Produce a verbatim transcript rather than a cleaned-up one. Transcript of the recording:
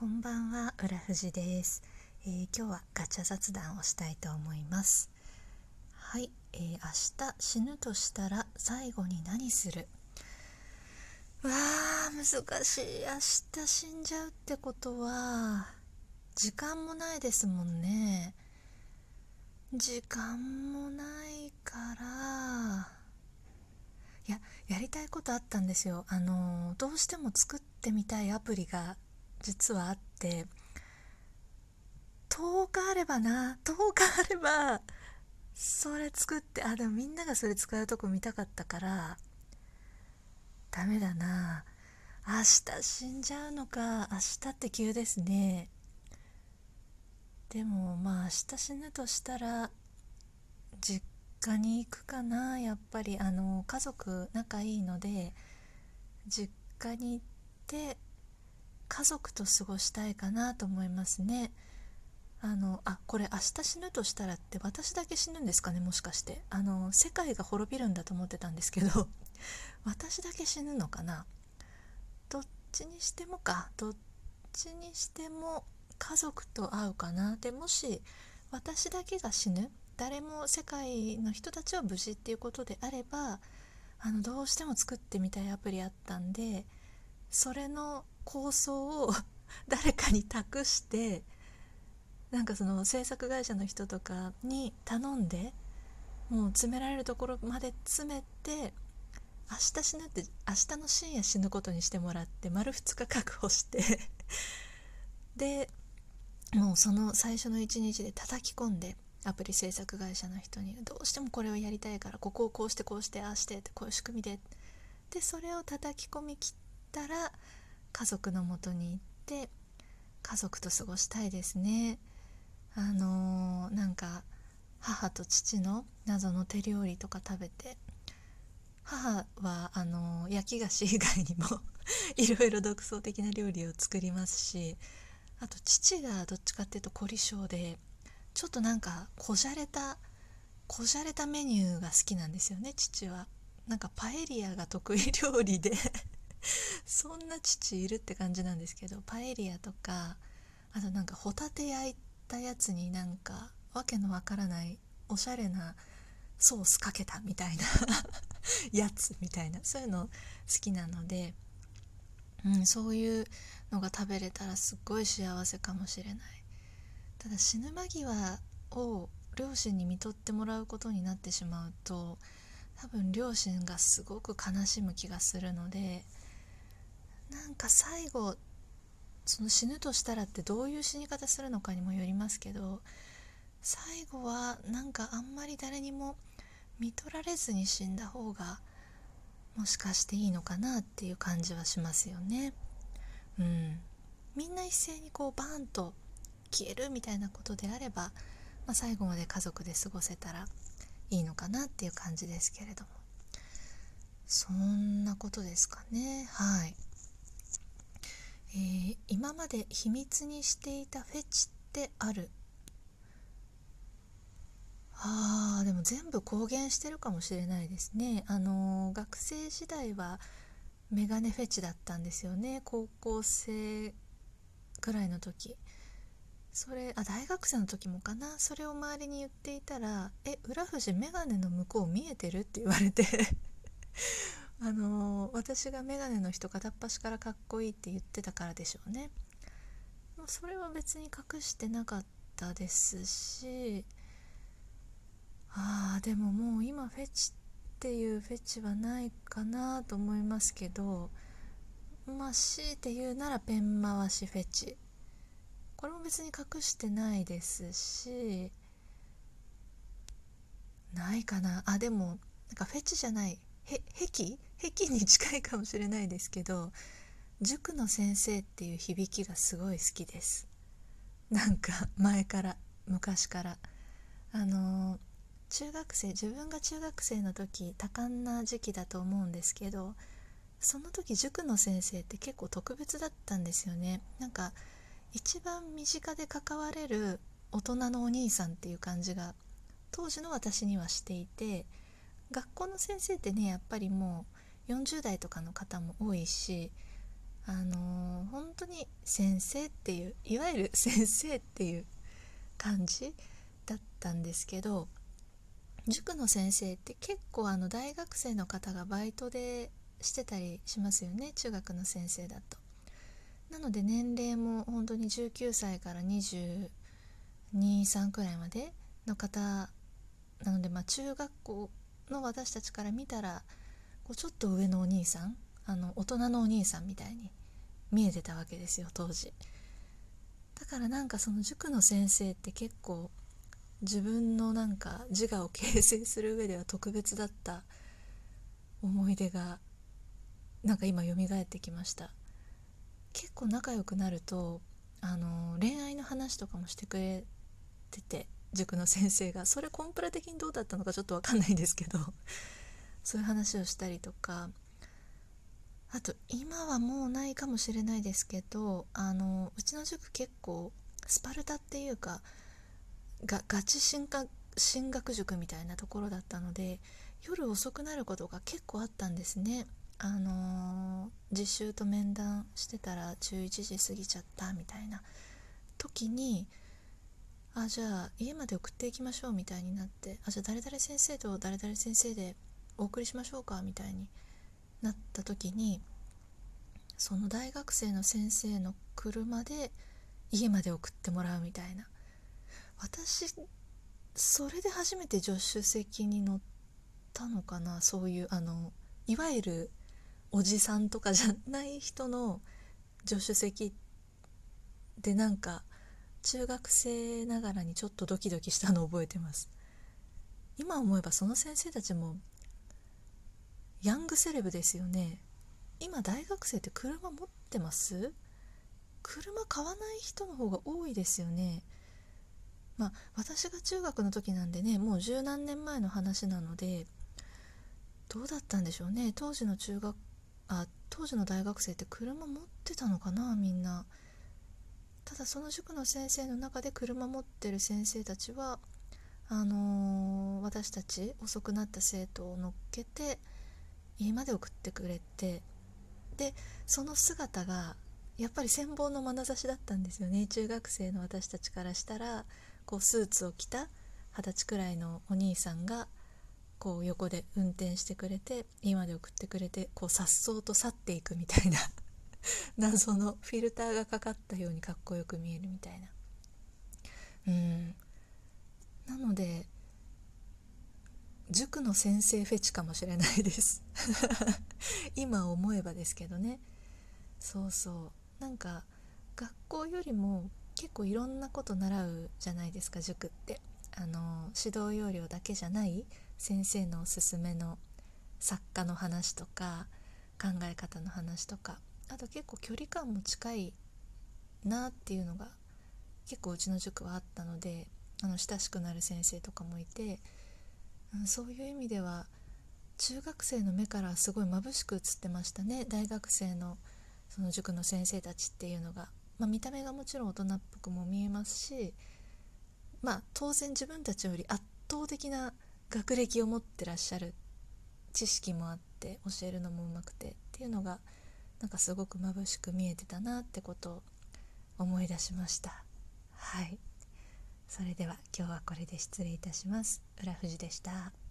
こんばんは、浦富です、えー、今日はガチャ雑談をしたいと思います。はい、えー、明日死ぬとしたら最後に何する？わー、難しい。明日死んじゃうってことは時間もないですもんね。時間もないから、いや、やりたいことあったんですよ。あのーどうしても作ってみたいアプリが実はあって、とおかあればなとおかあればそれ作って、あでもみんながそれ使うとこ見たかったからダメだな。明日死んじゃうのか。明日って急ですね。でもまあ明日死ぬとしたら実家に行くかな。やっぱりあの家族仲いいので実家に行って家族と過ごしたいかなと思いますね。あのあこれ明日死ぬとしたらって私だけ死ぬんですかね。もしかしてあの世界が滅びるんだと思ってたんですけど私だけ死ぬのかな。どっちにしてもかどっちにしても家族と会うかな。でもし私だけが死ぬ、誰も世界の人たちは無事っていうことであれば、あのどうしても作ってみたいアプリあったんで、それの構想を誰かに託して、なんかその制作会社の人とかに頼んで、もう詰められるところまで詰めて、明日死ぬって明日の深夜死ぬことにしてもらって、丸ふつか確保してでもうその最初のいちにちで叩き込んで、アプリ制作会社の人にどうしてもこれをやりたいから、ここをこうしてこうしてああしてって、こういう仕組みで、でそれを叩き込み切ったら家族のもとに行って家族と過ごしたいですね。あのー、なんか母と父の謎の手料理とか食べて、母はあのー、焼き菓子以外にもいろいろ独創的な料理を作りますし、あと父がどっちかっていうと凝り性で、ちょっとなんかこじゃれたこじゃれたメニューが好きなんですよね。父はなんかパエリアが得意料理でそんな父いるって感じなんですけど、パエリアとか、あとなんかホタテ焼いたやつになんかわけのわからないおしゃれなソースかけたみたいなやつみたいな、そういうの好きなので、うん、そういうのが食べれたらすっごい幸せかもしれない。ただ死ぬ間際を両親に看取ってもらうことになってしまうと、多分両親がすごく悲しむ気がするので、なんか最後その死ぬとしたらってどういう死に方するのかにもよりますけど、最後はなんかあんまり誰にも看取られずに死んだ方がもしかしていいのかなっていう感じはしますよね。うん、みんな一斉にこうバーンと消えるみたいなことであれば、まあ、最後まで家族で過ごせたらいいのかなっていう感じですけれども、そんなことですかね。はい、えー、今まで秘密にしていたフェチってある？あーでも全部公言してるかもしれないですね。あのー学生時代はメガネフェチだったんですよね。高校生ぐらいの時、それあ大学生の時もかな、それを周りに言っていたら、え浦富メガネの向こう見えてるって言われてあのー私がメガネの人片っ端からかっこいいって言ってたからでしょうね。もうそれは別に隠してなかったですし、あーでももう今フェチっていうフェチはないかなと思いますけど、まあ強いて言うならペン回しフェチ、これも別に隠してないですし、ないかなあ。でもなんかフェチじゃない、へ癖癖に近いかもしれないですけど、塾の先生っていう響きがすごい好きです。なんか前から昔から、あの中学生自分が中学生の時多感な時期だと思うんですけど、その時塾の先生って結構特別だったんですよね。なんか一番身近で関われる大人のお兄さんっていう感じが当時の私にはしていて、学校の先生ってねやっぱりもうよんじゅう代とかの方も多いし、あのー、本当に先生っていう、いわゆる先生っていう感じだったんですけど、塾の先生って結構あの大学生の方がバイトでしてたりしますよね、中学の先生だと。なので年齢も本当にじゅうきゅうさいからにじゅうに、さんくらいまでの方なので、まあ、中学校の私たちから見たらこうちょっと上のお兄さん、あの大人のお兄さんみたいに見えてたわけですよ当時。だからなんかその塾の先生って結構自分のなんか自我を形成する上では特別だった思い出がなんか今蘇ってきました。結構仲良くなるとあの恋愛の話とかもしてくれてて、塾の先生が、それコンプラ的にどうだったのかちょっと分かんないんですけどそういう話をしたりとか、あと今はもうないかもしれないですけど、あのうちの塾結構スパルタっていうかがガチ進学、進学塾みたいなところだったので、夜遅くなることが結構あったんですね。あのー実習と面談してたらじゅういちじ過ぎちゃったみたいな時に、あじゃあ家まで送っていきましょうみたいになって、あじゃあ誰々先生と誰々先生でお送りしましょうかみたいになった時に、その大学生の先生の車で家まで送ってもらうみたいな、私それで初めて助手席に乗ったのかな。そういうあのいわゆるおじさんとかじゃない人の助手席で、なんか中学生ながらにちょっとドキドキしたのを覚えてます。今思えばその先生たちもヤングセレブですよね。今大学生って車持ってます？車買わない人の方が多いですよね。まあ私が中学の時なんでね、もう十何年前の話なのでどうだったんでしょうね。当時の中学あ当時の大学生って車持ってたのかな、みんな。ただその塾の先生の中で車持ってる先生たちはあのー私たち遅くなった生徒を乗っけて家まで送ってくれて、でその姿がやっぱり羨望の眼差しだったんですよね。中学生の私たちからしたら、こうスーツを着た二十歳くらいのお兄さんがこう横で運転してくれて家まで送ってくれて、こう颯爽と去っていくみたいな謎のフィルターがかかったようにかっこよく見えるみたいな。うんなので塾の先生フェチかもしれないです今思えばですけどね。そうそう、なんか学校よりも結構いろんなこと習うじゃないですか塾って。あの指導要領だけじゃない先生のおすすめの作家の話とか考え方の話とか、あと結構距離感も近いなっていうのが結構うちの塾はあったので、あの親しくなる先生とかもいて、うん、そういう意味では中学生の目からすごい眩しく映ってましたね、大学生のその塾の先生たちっていうのが。まあ、見た目がもちろん大人っぽくも見えますし、まあ当然自分たちより圧倒的な学歴を持ってらっしゃる、知識もあって教えるのもうまくてっていうのがなんかすごく眩しく見えてたなってことを思い出しました。はい、それでは今日はこれで失礼いたします。浦富士でした。